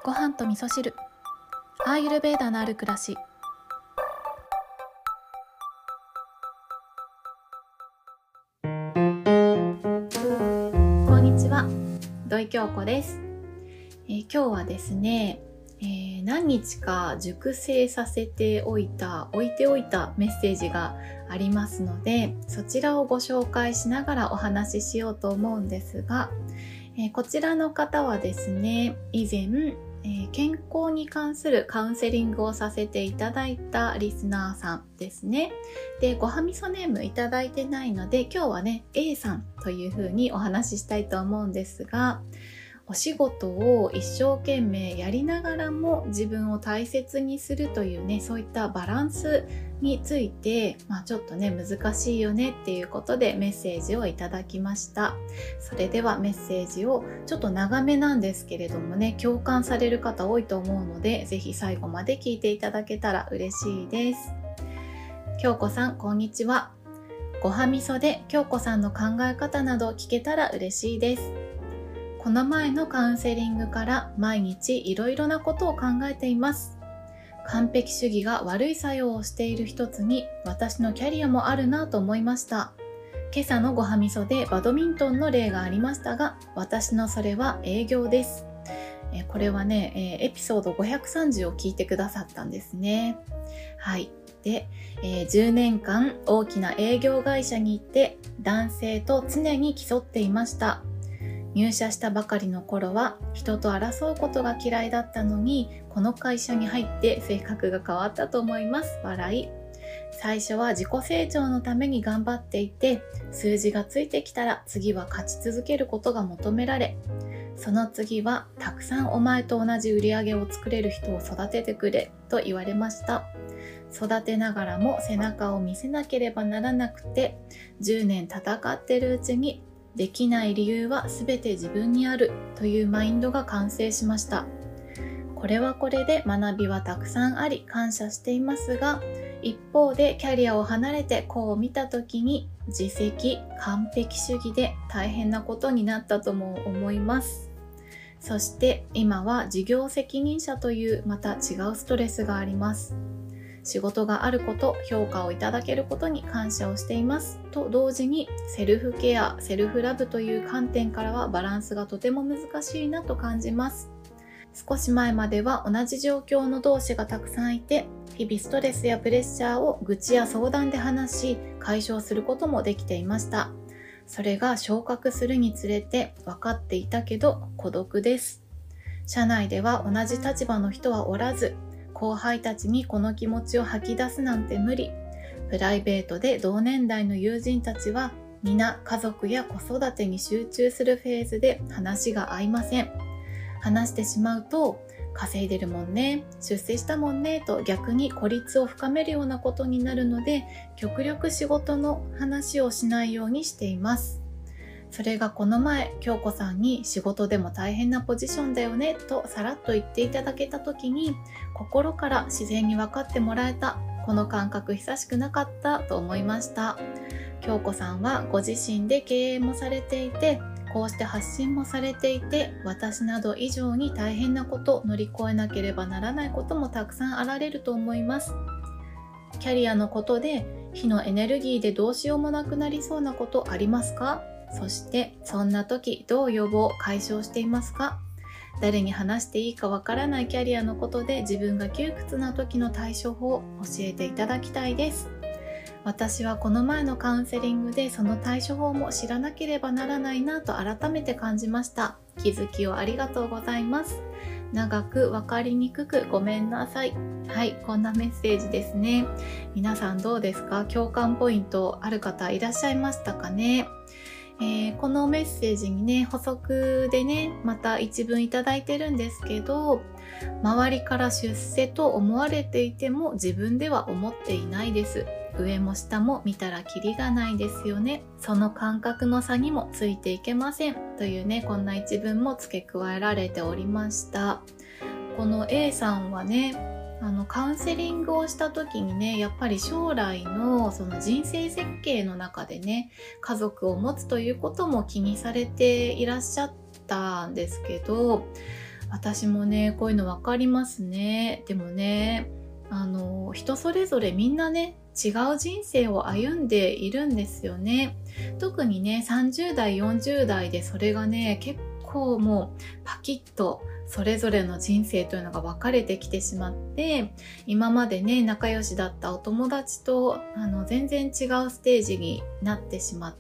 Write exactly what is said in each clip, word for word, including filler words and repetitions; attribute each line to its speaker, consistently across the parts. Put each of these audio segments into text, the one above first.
Speaker 1: ご飯と味噌汁、アーユルヴェーダのある暮らし。こんにちは、土井京子です。えー、今日はですね、えー、何日か熟成させておいた置いておいたメッセージがありますので、そちらをご紹介しながらお話ししようと思うんですが、えー、こちらの方はですね、以前えー、健康に関するカウンセリングをさせていただいたリスナーさんですね。で、ごはみそネームいただいてないので、今日はね A さんというふうにお話ししたいと思うんですが、お仕事を一生懸命やりながらも自分を大切にするというね、そういったバランスについて、まあ、ちょっとね難しいよねっていうことでメッセージをいただきました。それではメッセージをちょっと長めなんですけれどもね、共感される方多いと思うので、ぜひ最後まで聞いていただけたら嬉しいです。京子さん、こんにちは。ごはみそで京子さんの考え方など聞けたら嬉しいです。この前のカウンセリングから毎日いろいろなことを考えています。完璧主義が悪い作用をしている一つに私のキャリアもあるなと思いました。今朝のごはみそでバドミントンの例がありましたが、私のそれは営業です。えこれはね、エピソードごひゃくさんじゅうを聞いてくださったんですね。はい。で、えー、じゅうねんかん大きな営業会社に行って男性と常に競っていました。入社したばかりの頃は人と争うことが嫌いだったのに、この会社に入って性格が変わったと思います。笑い。最初は自己成長のために頑張っていて、数字がついてきたら次は勝ち続けることが求められ、その次はたくさんお前と同じ売り上げを作れる人を育ててくれと言われました。育てながらも背中を見せなければならなくて、じゅうねん戦ってるうちにできない理由は全て自分にあるというマインドが完成しました。これはこれで学びはたくさんあり感謝していますが、一方でキャリアを離れてこう見た時に自責、完璧主義で大変なことになったとも思います。そして今は事業責任者というまた違うストレスがあります。仕事があること、評価をいただけることに感謝をしていますと同時に、セルフケア、セルフラブという観点からはバランスがとても難しいなと感じます。少し前までは同じ状況の同士がたくさんいて、日々ストレスやプレッシャーを愚痴や相談で話し解消することもできていました。それが昇格するにつれて分かっていたけど孤独です。社内では同じ立場の人はおらず、後輩たちにこの気持ちを吐き出すなんて無理。プライベートで同年代の友人たちは皆家族や子育てに集中するフェーズで話が合いません。話してしまうと、稼いでるもんね、出世したもんねと逆に孤立を深めるようなことになるので、極力仕事の話をしないようにしています。それがこの前、京子さんに仕事でも大変なポジションだよねとさらっと言っていただけた時に、心から自然に分かってもらえた。この感覚久しくなかったと思いました。京子さんはご自身で経営もされていて、こうして発信もされていて、私など以上に大変なこと、乗り越えなければならないこともたくさんあられると思います。キャリアのことで火のエネルギーでどうしようもなくなりそうなことありますか？そしてそんな時どう予防解消していますか？誰に話していいかわからないキャリアのことで自分が窮屈な時の対処法を教えていただきたいです。私はこの前のカウンセリングでその対処法も知らなければならないなと改めて感じました。気づきをありがとうございます。長く分かりにくくごめんなさい。はい、こんなメッセージですね。皆さんどうですか？共感ポイントある方いらっしゃいましたかね？えー、このメッセージにね、補足でね、また一文いただいてるんですけど、周りから出世と思われていても自分では思っていないです。上も下も見たらキリがないですよね。その感覚の差にもついていけません。というね、こんな一文も付け加えられておりました。この A さんはね、あのカウンセリングをした時にね、やっぱり将来のその人生設計の中でね、家族を持つということも気にされていらっしゃったんですけど、 私もねこういうの分かりますね。でもね、あの人それぞれみんなね違う人生を歩んでいるんですよね。特にねさんじゅう代よんじゅう代でそれがね結構もうパキッとそれぞれの人生というのが分かれてきてしまって、今までね仲良しだったお友達とあの全然違うステージになってしまって、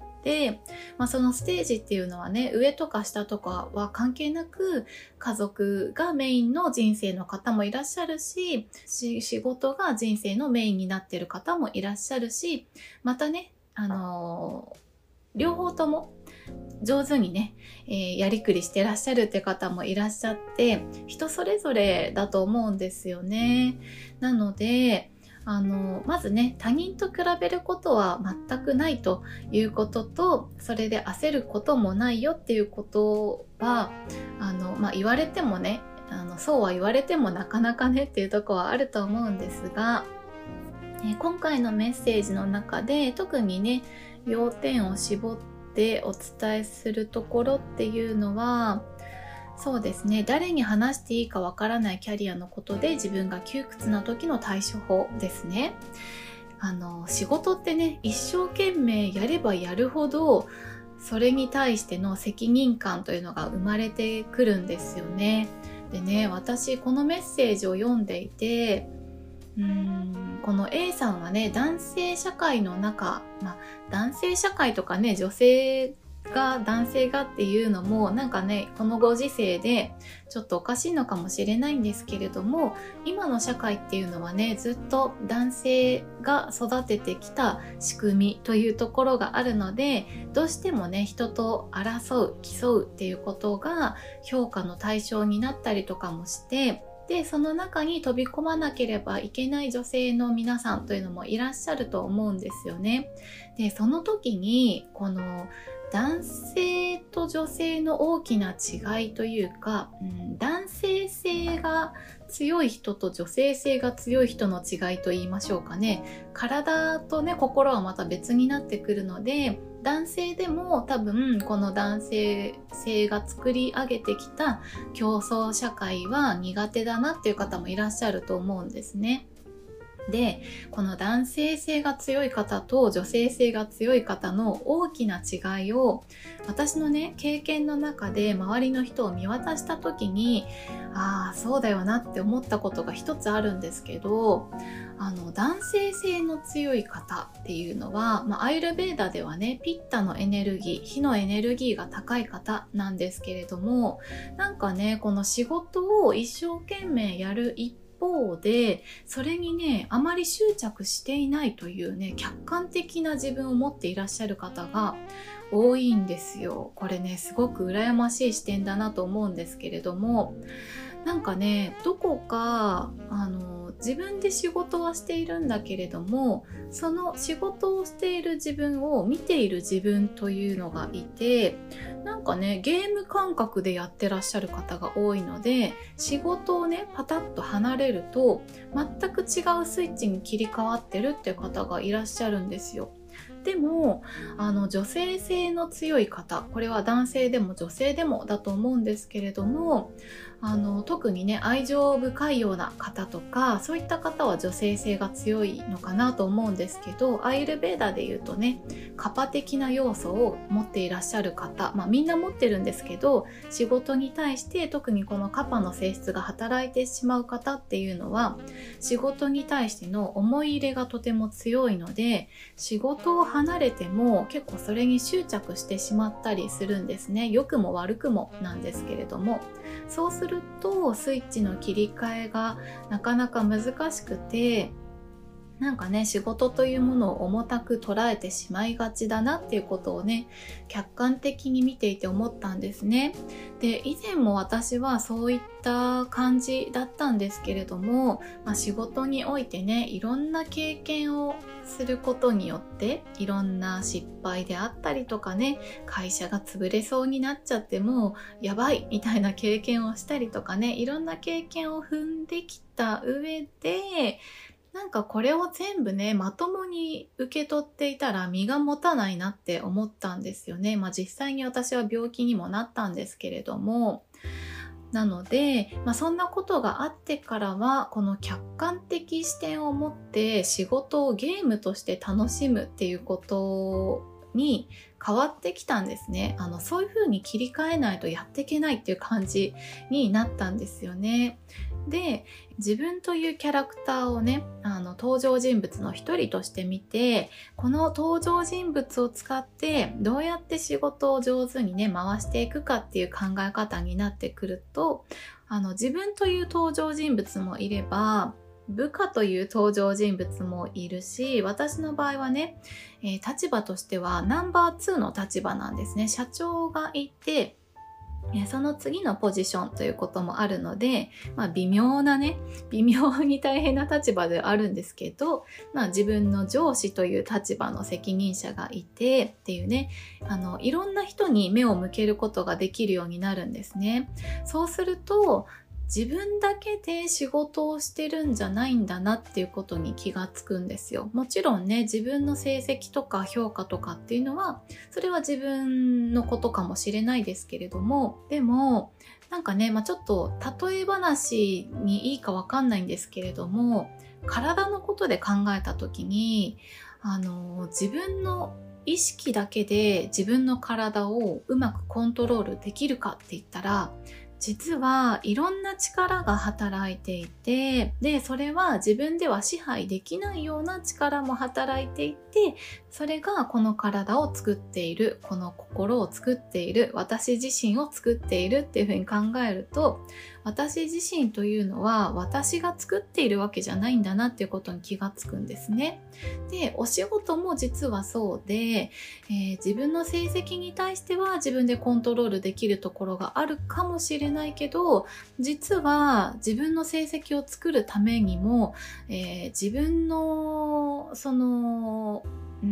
Speaker 1: まあ、そのステージっていうのはね上とか下とかは関係なく家族がメインの人生の方もいらっしゃるし、し仕事が人生のメインになっている方もいらっしゃるし、またね、あのー両方とも上手にね、えー、やりくりしてらっしゃるって方もいらっしゃって、人それぞれだと思うんですよね。なのであのまずね他人と比べることは全くないということと、それで焦ることもないよっていうことはあの、まあ、言われてもねあのそうは言われてもなかなかねっていうところはあると思うんですが、えー、今回のメッセージの中で特にね要点を絞ってお伝えするところっていうのは、そうですね、誰に話していいかわからないキャリアのことで自分が窮屈な時の対処法ですね。あの仕事ってね一生懸命やればやるほどそれに対しての責任感というのが生まれてくるんですよね。でね、私このメッセージを読んでいて、うーんこの A さんはね男性社会の中、まあ、男性社会とかね女性が男性がっていうのもなんかねこのご時世でちょっとおかしいのかもしれないんですけれども、今の社会っていうのはねずっと男性が育ててきた仕組みというところがあるので、どうしてもね人と争う競うっていうことが評価の対象になったりとかもして、でその中に飛び込まなければいけない女性の皆さんというのもいらっしゃると思うんですよね。でその時にこの男性と女性の大きな違いというか、うん、男性性が強い人と女性性が強い人の違いと言いましょうかね。体とね心はまた別になってくるので、男性でも多分この男性性が作り上げてきた競争社会は苦手だなっていう方もいらっしゃると思うんですね。で、この男性性が強い方と女性性が強い方の大きな違いを私のね経験の中で周りの人を見渡した時に、ああそうだよなって思ったことが一つあるんですけど、あの男性性の強い方っていうのは、まあ、アイルベーダではねピッタのエネルギー、火のエネルギーが高い方なんですけれども、なんかねこの仕事を一生懸命やる一方でそれにねあまり執着していないというね客観的な自分を持っていらっしゃる方が多いんですよ。これねすごく羨ましい視点だなと思うんですけれども、なんかねどこかあの自分で仕事はしているんだけれども、その仕事をしている自分を見ている自分というのがいて、なんかねゲーム感覚でやってらっしゃる方が多いので、仕事をねパタッと離れると全く違うスイッチに切り替わってるっていう方がいらっしゃるんですよ。でもあの女性性の強い方、これは男性でも女性でもだと思うんですけれども、あの特にね愛情深いような方とかそういった方は女性性が強いのかなと思うんですけど、アイルベーダで言うとねカパ的な要素を持っていらっしゃる方、まあみんな持ってるんですけど、仕事に対して特にこのカパの性質が働いてしまう方っていうのは仕事に対しての思い入れがとても強いので、仕事を離れても結構それに執着してしまったりするんですね。良くも悪くもなんですけれども、そうするとスイッチの切り替えがなかなか難しくて、なんかね仕事というものを重たく捉えてしまいがちだなっていうことをね客観的に見ていて思ったんですね。で以前も私はそういった感じだったんですけれども、まあ、仕事においてねいろんな経験をすることによっていろんな失敗であったりとかね、会社が潰れそうになっちゃってもやばいみたいな経験をしたりとかね、いろんな経験を踏んできた上でなんかこれを全部ねまともに受け取っていたら身が持たないなって思ったんですよね。まあ実際に私は病気にもなったんですけれども、 なので、まあ、そんなことがあってからはこの客観的視点を持って仕事をゲームとして楽しむっていうことに変わってきたんですね。あのそういう風に切り替えないとやっていけないっていう感じになったんですよね。で、自分というキャラクターをね、あの登場人物の一人として見て、この登場人物を使ってどうやって仕事を上手にね回していくかっていう考え方になってくると、あの自分という登場人物もいれば部下という登場人物もいるし、私の場合はね、えー、立場としてはナンバーツーの立場なんですね。社長がいて、その次のポジションということもあるので、まあ、微妙なね、微妙に大変な立場ではあるんですけど、まあ、自分の上司という立場の責任者がいてっていうね、あのいろんな人に目を向けることができるようになるんですね。そうすると自分だけで仕事をしてるんじゃないんだなっていうことに気がつくんですよ。もちろんね、自分の成績とか評価とかっていうのはそれは自分のことかもしれないですけれども、でもなんかね、まあ、ちょっと例え話にいいかわかんないんですけれども、体のことで考えた時にあの自分の意識だけで自分の体をうまくコントロールできるかって言ったら、実はいろんな力が働いていて、でそれは自分では支配できないような力も働いていて、それがこの体を作っている、この心を作っている、私自身を作っているっていうふうに考えると、私自身というのは私が作っているわけじゃないんだなっていうことに気がつくんですね。で、お仕事も実はそうで、えー、自分の成績に対しては自分でコントロールできるところがあるかもしれないけど、実は自分の成績を作るためにも、えー、自分のそのうん、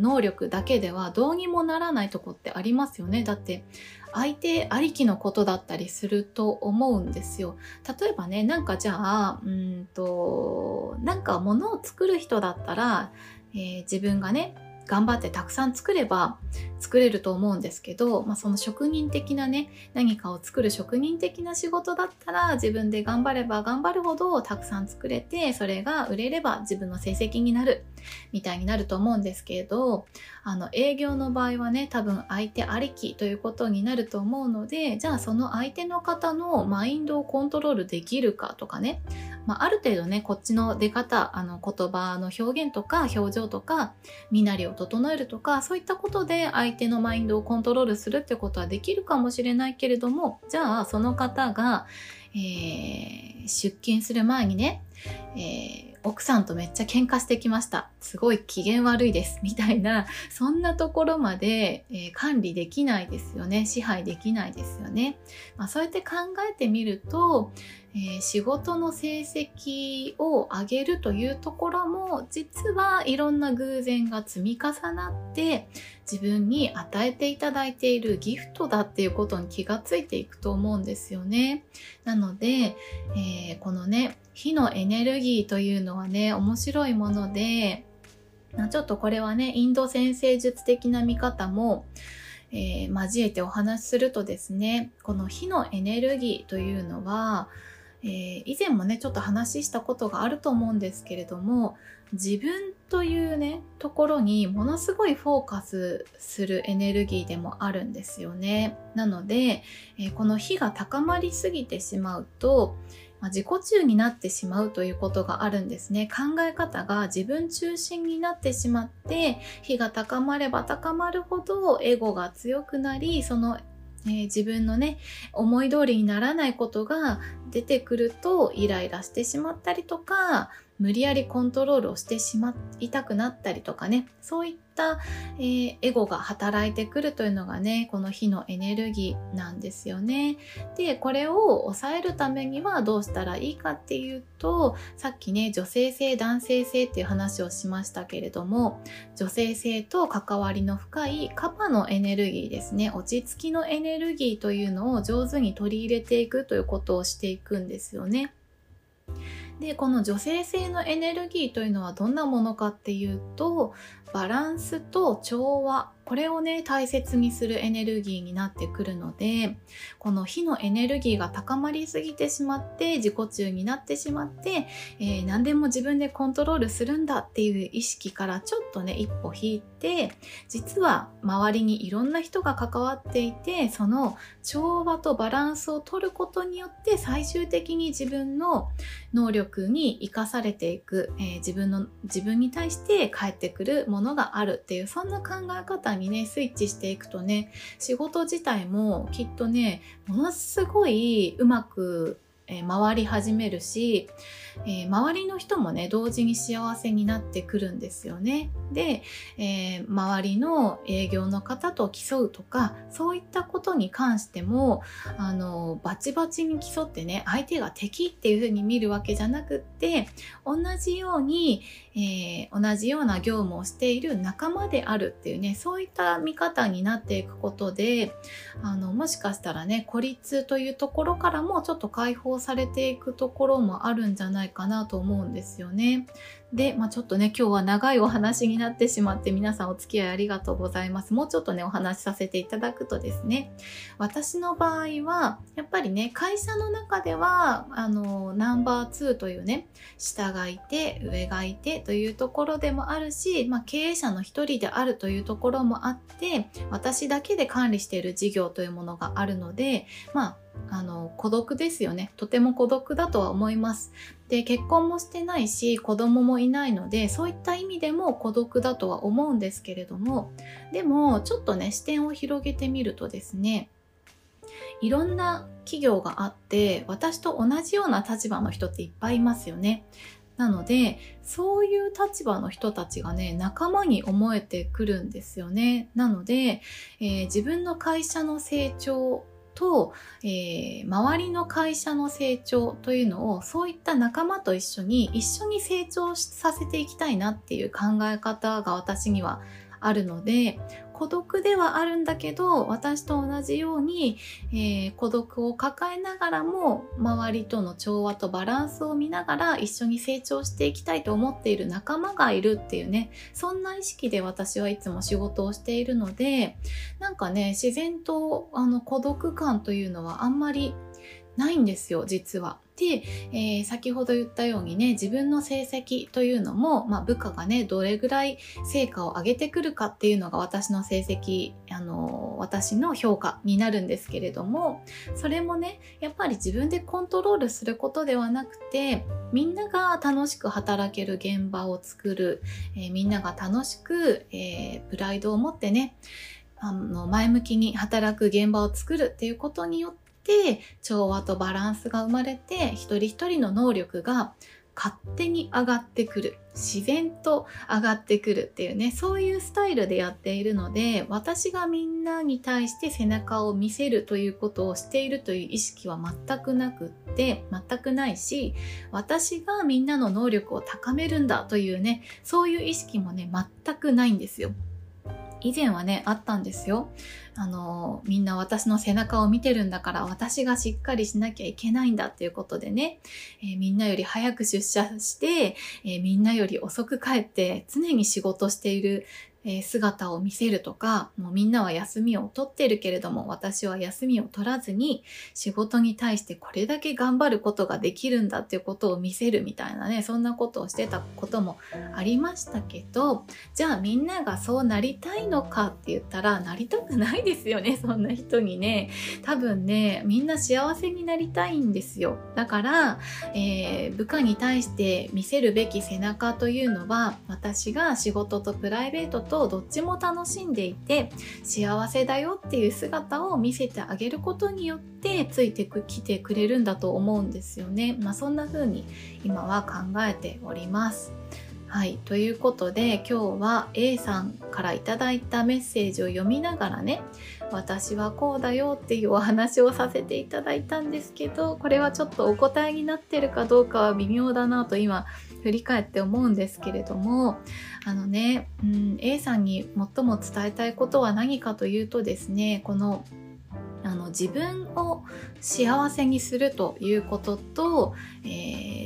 Speaker 1: 能力だけではどうにもならないとこってありますよね。だって相手ありきのことだったりすると思うんですよ。例えばね、なんかじゃあうんとなんか物を作る人だったら、えー、自分がね頑張ってたくさん作れば作れると思うんですけど、まあ、その職人的なね、何かを作る職人的な仕事だったら自分で頑張れば頑張るほどたくさん作れて、それが売れれば自分の成績になるみたいになると思うんですけれど、あの営業の場合はね、多分相手ありきということになると思うので、じゃあその相手の方のマインドをコントロールできるかとかね、まあ、ある程度ね、こっちの出方、あの言葉の表現とか表情とか身なりを整えるとか、そういったことで相手のマインドをコントロールするってことはできるかもしれないけれども、じゃあその方が、えー、出勤する前にね、えー奥さんとめっちゃ喧嘩してきました。すごい機嫌悪いです。みたいな、そんなところまで、えー、管理できないですよね。支配できないですよね。まあ、そうやって考えてみると、えー、仕事の成績を上げるというところも、実はいろんな偶然が積み重なって、自分に与えていただいているギフトだっていうことに気がついていくと思うんですよね。なので、えー、このね、火のエネルギーというのはね、面白いもので、ちょっとこれはね、インド占星術的な見方も、えー、交えてお話しするとですね、この火のエネルギーというのは、えー、以前もねちょっと話したことがあると思うんですけれども、自分というねところにものすごいフォーカスするエネルギーでもあるんですよね。なので、えー、この火が高まりすぎてしまうと、まあ、自己中になってしまうということがあるんですね。考え方が自分中心になってしまって、火が高まれば高まるほどエゴが強くなり、そのえー、自分のね思い通りにならないことが出てくるとイライラしてしまったりとか、無理やりコントロールをしてしまいたくなったりとかね、そういった、えー、エゴが働いてくるというのがね、この火のエネルギーなんですよね。で、これを抑えるためにはどうしたらいいかっていうと、さっきね女性性男性性っていう話をしましたけれども、女性性と関わりの深いカバのエネルギーですね、落ち着きのエネルギーというのを上手に取り入れていくということをしていくんですよね。で、この女性性のエネルギーというのはどんなものかっていうと、バランスと調和これをね大切にするエネルギーになってくるので、この火のエネルギーが高まりすぎてしまって自己中になってしまって、えー、何でも自分でコントロールするんだっていう意識からちょっとね一歩引いて、実は周りにいろんな人が関わっていて、その調和とバランスを取ることによって最終的に自分の能力に生かされていく、えー、自分の自分に対して返ってくるものがあるっていう、そんな考え方にねスイッチしていくとね、仕事自体もきっとねものすごいうまくえー、回り始めるし、えー、周りの人もね同時に幸せになってくるんですよね。で、えー、周りの営業の方と競うとか、そういったことに関してもあのバチバチに競ってね、相手が敵っていう風に見るわけじゃなくって、同じように、えー、同じような業務をしている仲間であるっていうね、そういった見方になっていくことで、あのもしかしたらね孤立というところからもちょっと解放されていくところもあるんじゃないかなと思うんですよね。で、まあ、ちょっとね今日は長いお話になってしまって、皆さんお付き合いありがとうございます。もうちょっとねお話しさせていただくとですね、私の場合はやっぱりね会社の中ではあのナンバーツーというね、下がいて上がいてというところでもあるし、まあ、経営者の一人であるというところもあって、私だけで管理している事業というものがあるので、まああの孤独ですよね。とても孤独だとは思います。で、結婚もしてないし子供もいないので、そういった意味でも孤独だとは思うんですけれども、でもちょっとね視点を広げてみるとですね、いろんな企業があって、私と同じような立場の人っていっぱいいますよね。なのでそういう立場の人たちがね仲間に思えてくるんですよね。なので、えー、自分の会社の成長と、えー、周りの会社の成長というのを、そういった仲間と一緒に一緒に成長させていきたいなっていう考え方が私にはあるので、孤独ではあるんだけど、私と同じように、えー、孤独を抱えながらも周りとの調和とバランスを見ながら一緒に成長していきたいと思っている仲間がいるっていうね、そんな意識で私はいつも仕事をしているので、なんかね自然とあの孤独感というのはあんまりないんですよ、実は。で、えー、先ほど言ったようにね、自分の成績というのも、まあ、部下がねどれぐらい成果を上げてくるかっていうのが私の成績、あのー、私の評価になるんですけれども、それもねやっぱり自分でコントロールすることではなくて、みんなが楽しく働ける現場を作る、えー、みんなが楽しく、えー、プライドを持ってね、あの前向きに働く現場を作るっていうことによってで調和とバランスが生まれて、一人一人の能力が勝手に上がってくる、自然と上がってくるっていうね、そういうスタイルでやっているので、私がみんなに対して背中を見せるということをしているという意識は全くなくって全くないし、私がみんなの能力を高めるんだというね、そういう意識もね全くないんですよ。以前はねあったんですよ。あのみんな私の背中を見てるんだから、私がしっかりしなきゃいけないんだっていうことでね、えー、みんなより早く出社して、えー、みんなより遅く帰って常に仕事しているえー、姿を見せるとか、もうみんなは休みを取ってるけれども私は休みを取らずに仕事に対してこれだけ頑張ることができるんだっていうことを見せるみたいなね、そんなことをしてたこともありましたけど、じゃあみんながそうなりたいのかって言ったらなりたくないですよね。そんな人にね、多分ねみんな幸せになりたいんですよ。だから、えー、部下に対して見せるべき背中というのは、私が仕事とプライベートとどっちも楽しんでいて幸せだよっていう姿を見せてあげることによってついてきてくれるんだと思うんですよね。まあそんな風に今は考えております。はい、ということで今日は A さんからいただいたメッセージを読みながらね、私はこうだよっていうお話をさせていただいたんですけど、これはちょっとお答えになってるかどうかは微妙だなと今振り返って思うんですけれども、あのね、うん、A さんに最も伝えたいことは何かというとですね、このあの自分を幸せにするということと、えー、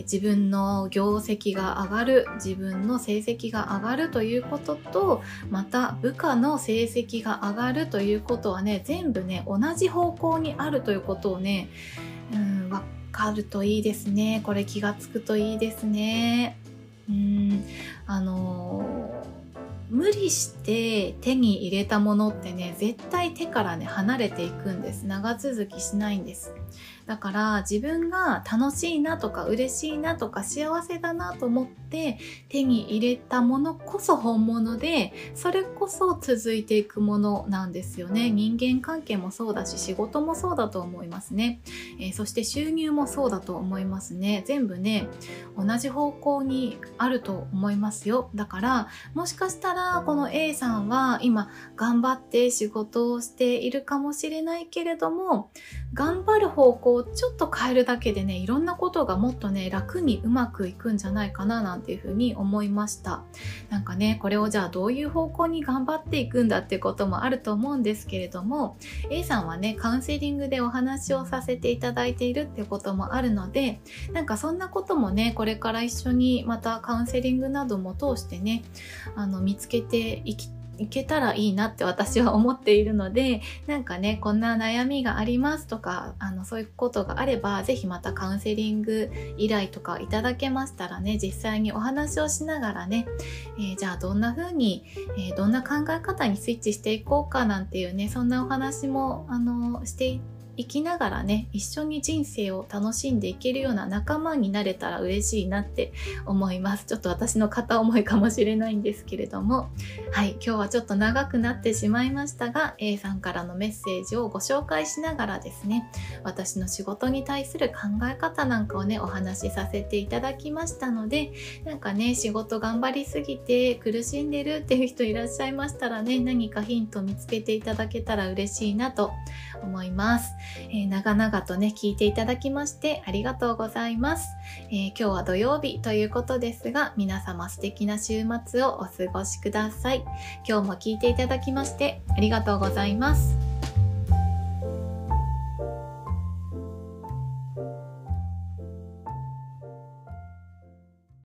Speaker 1: 自分の業績が上がる、自分の成績が上がるということと、また部下の成績が上がるということはね、全部ね同じ方向にあるということをね、うん、分かるといいですね。これ気がつくといいですね。うんあのー無理して手に入れたものってね、絶対手からね離れていくんです。長続きしないんです。だから自分が楽しいなとか嬉しいなとか幸せだなと思って手に入れたものこそ本物で、それこそ続いていくものなんですよね。人間関係もそうだし、仕事もそうだと思いますね。えー、そして収入もそうだと思いますね。全部ね同じ方向にあると思いますよ。だからもしかしたらこの A さんは今頑張って仕事をしているかもしれないけれども、頑張る方向をちょっと変えるだけでね、いろんなことがもっとね楽にうまくいくんじゃないかななんていうふうに思いました。なんかね、これをじゃあどういう方向に頑張っていくんだってこともあると思うんですけれども、 A さんはねカウンセリングでお話をさせていただいているってこともあるので、なんかそんなこともねこれから一緒にまたカウンセリングなども通してねあの見つけていきいけたらいいなって私は思っているので、なんかねこんな悩みがありますとか、あのそういうことがあればぜひまたカウンセリング依頼とかいただけましたらね、実際にお話をしながらね、えー、じゃあどんな風に、えー、どんな考え方にスイッチしていこうかなんていうね、そんなお話もあのしていて生きながらね一緒に人生を楽しんでいけるような仲間になれたら嬉しいなって思います。ちょっと私の片思いかもしれないんですけれども、はい、今日はちょっと長くなってしまいましたが A さんからのメッセージをご紹介しながらですね、私の仕事に対する考え方なんかをねお話しさせていただきましたので、なんかね仕事頑張りすぎて苦しんでるっていう人いらっしゃいましたらね、何かヒント見つけていただけたら嬉しいなと思います。えー、長々とね聞いていただきましてありがとうございます。えー、今日は土曜日ということですが、皆様素敵な週末をお過ごしください。今日も聞いていただきましてありがとうございます。